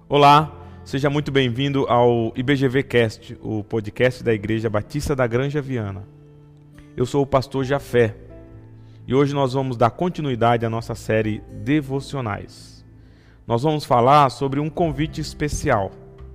Olá, seja muito bem-vindo ao IBGVcast, o podcast da Igreja Batista da Granja Viana. Eu sou o pastor Jafé e hoje nós vamos dar continuidade à nossa série Devocionais. Nós vamos falar sobre um convite especial.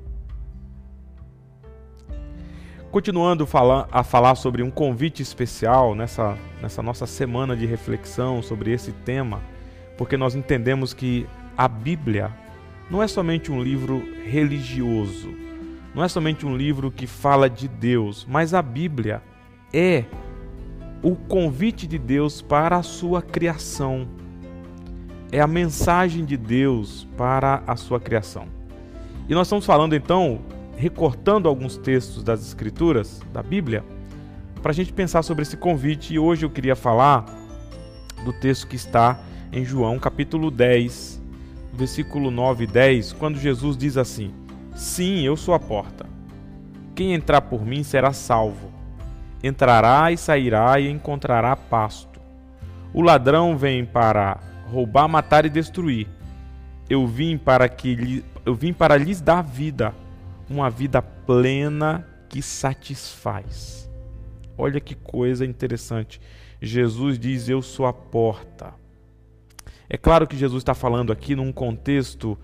Continuando a falar sobre um convite especial nessa nossa semana de reflexão sobre esse tema, porque nós entendemos que a Bíblia não é somente um livro religioso, não é somente um livro que fala de Deus, mas a Bíblia é o convite de Deus para a sua criação. É a mensagem de Deus para a sua criação. E nós estamos falando então, recortando alguns textos das Escrituras, da Bíblia, para a gente pensar sobre esse convite. E hoje eu queria falar do texto que está em João, capítulo 10, versículo 9 e 10, quando Jesus diz assim: Sim, eu sou a porta. Quem entrar por mim será salvo. Entrará e sairá e encontrará pasto. O ladrão vem para roubar, matar e destruir. Eu vim para lhes dar vida, uma vida plena que satisfaz. Olha que coisa interessante. Jesus diz: eu sou a porta. É claro que Jesus está falando aqui num contexto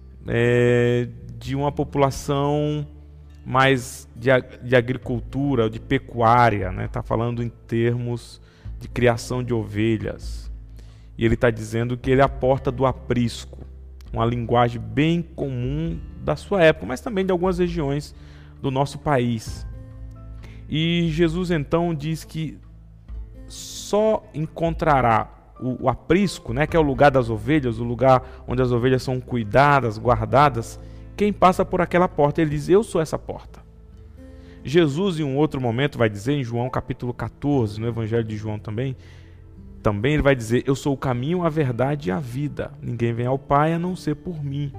de uma população mais de agricultura, de pecuária, né? Está falando em termos de criação de ovelhas. E ele está dizendo que ele é a porta do aprisco, uma linguagem bem comum da sua época, mas também de algumas regiões do nosso país. E Jesus então diz que só encontrará o aprisco, né, que é o lugar das ovelhas, o lugar onde as ovelhas são cuidadas, guardadas, quem passa por aquela porta. Ele diz: eu sou essa porta. Jesus, em um outro momento, vai dizer, em João capítulo 14, no Evangelho de João também ele vai dizer: eu sou o caminho, a verdade e a vida. Ninguém vem ao Pai a não ser por mim.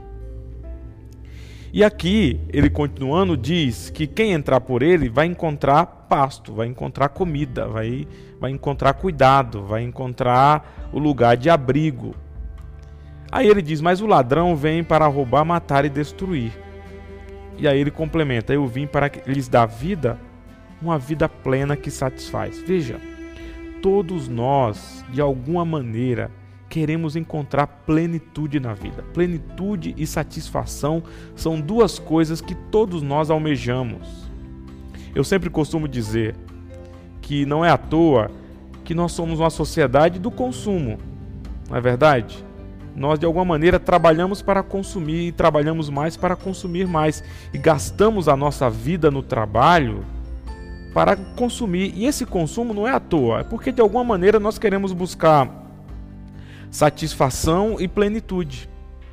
E aqui, ele continuando, diz que quem entrar por ele vai encontrar pasto, vai encontrar comida, vai encontrar cuidado, vai encontrar o lugar de abrigo. Aí ele diz: mas o ladrão vem para roubar, matar e destruir. E aí ele complementa: eu vim para lhes dar vida, uma vida plena que satisfaz. Veja, todos nós, de alguma maneira, queremos encontrar plenitude na vida. Plenitude e satisfação são duas coisas que todos nós almejamos. Eu sempre costumo dizer que não é à toa que nós somos uma sociedade do consumo, não é verdade? Nós, de alguma maneira, trabalhamos para consumir e trabalhamos mais para consumir mais. E gastamos a nossa vida no trabalho para consumir. E esse consumo não é à toa, é porque, de alguma maneira, nós queremos buscar satisfação e plenitude.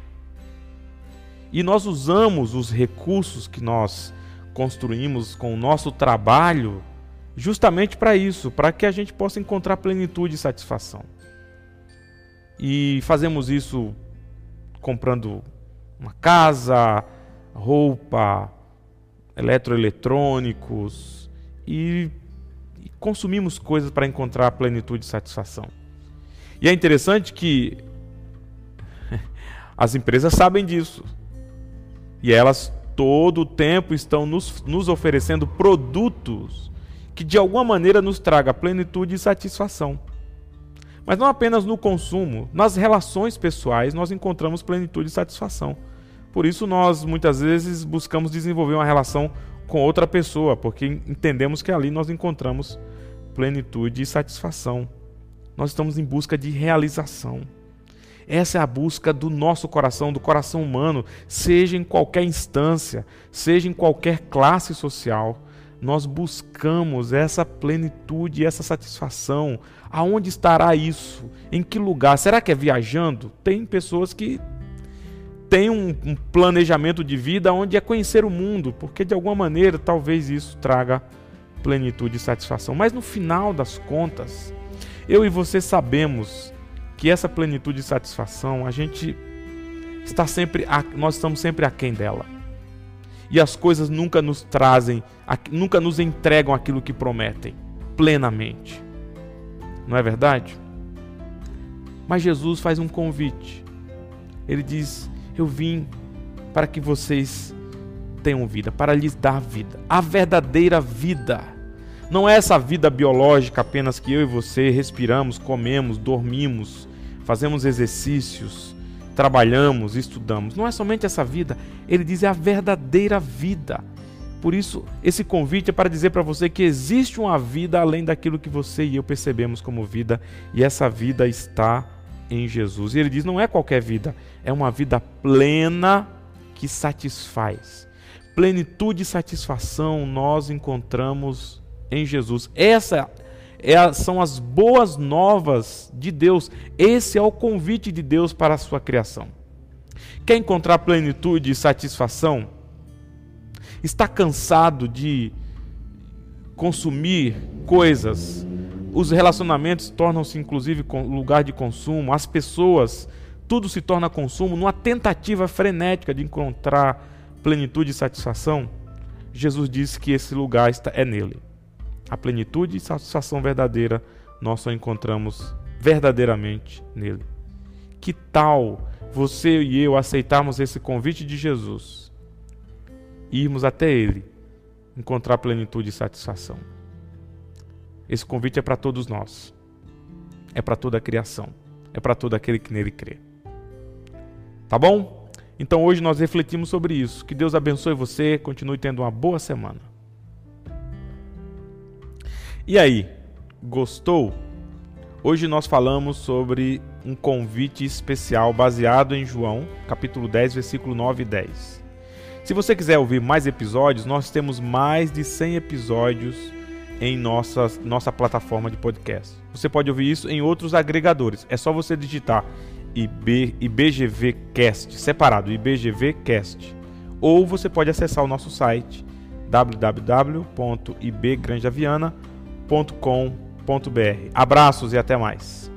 E nós usamos os recursos que nós construímos com o nosso trabalho justamente para isso, para que a gente possa encontrar plenitude e satisfação. E fazemos isso comprando uma casa, roupa, eletroeletrônicos e consumimos coisas para encontrar plenitude e satisfação. E é interessante que as empresas sabem disso. E elas todo o tempo estão nos oferecendo produtos que de alguma maneira nos tragam plenitude e satisfação. Mas não apenas no consumo, nas relações pessoais nós encontramos plenitude e satisfação. Por isso nós muitas vezes buscamos desenvolver uma relação com outra pessoa, porque entendemos que ali nós encontramos plenitude e satisfação. Nós estamos em busca de realização. Essa é a busca do nosso coração, do coração humano, seja em qualquer instância, seja em qualquer classe social. Nós buscamos essa plenitude e essa satisfação. Aonde estará isso? Em que lugar? Será que é viajando? Tem pessoas que têm um planejamento de vida onde é conhecer o mundo, porque de alguma maneira talvez isso traga plenitude e satisfação. Mas no final das contas, eu e você sabemos que essa plenitude e satisfação, nós estamos sempre aquém dela. E as coisas nunca nos entregam aquilo que prometem, plenamente. Não é verdade? Mas Jesus faz um convite. Ele diz: eu vim para que vocês tenham vida, para lhes dar vida, a verdadeira vida. Não é essa vida biológica apenas que eu e você respiramos, comemos, dormimos, fazemos exercícios, trabalhamos, estudamos. Não é somente essa vida, ele diz é a verdadeira vida. Por isso, esse convite é para dizer para você que existe uma vida além daquilo que você e eu percebemos como vida, e essa vida está em Jesus. E ele diz, não é qualquer vida, é uma vida plena que satisfaz. Plenitude e satisfação nós encontramos em Jesus. São as boas novas de Deus. Esse é o convite de Deus para a sua criação. Quer encontrar plenitude e satisfação? Está cansado de consumir coisas? Os relacionamentos tornam-se inclusive lugar de consumo. As pessoas, tudo se torna consumo. Numa tentativa frenética de encontrar plenitude e satisfação, Jesus disse que esse lugar é nele. A plenitude e satisfação verdadeira nós só encontramos verdadeiramente nele. Que tal você e eu aceitarmos esse convite de Jesus, irmos até ele, encontrar plenitude e satisfação? Esse convite é para todos nós, é para toda a criação, é para todo aquele que nele crê. Tá bom? Então hoje nós refletimos sobre isso. Que Deus abençoe você, continue tendo uma boa semana. E aí, gostou? Hoje nós falamos sobre um convite especial baseado em João, capítulo 10, versículo 9 e 10. Se você quiser ouvir mais episódios, nós temos mais de 100 episódios em nossa plataforma de podcast. Você pode ouvir isso em outros agregadores. É só você digitar IBGVcast, separado, IBGVcast. Ou você pode acessar o nosso site www.ibgrandeaviana.com.br. Abraços e até mais.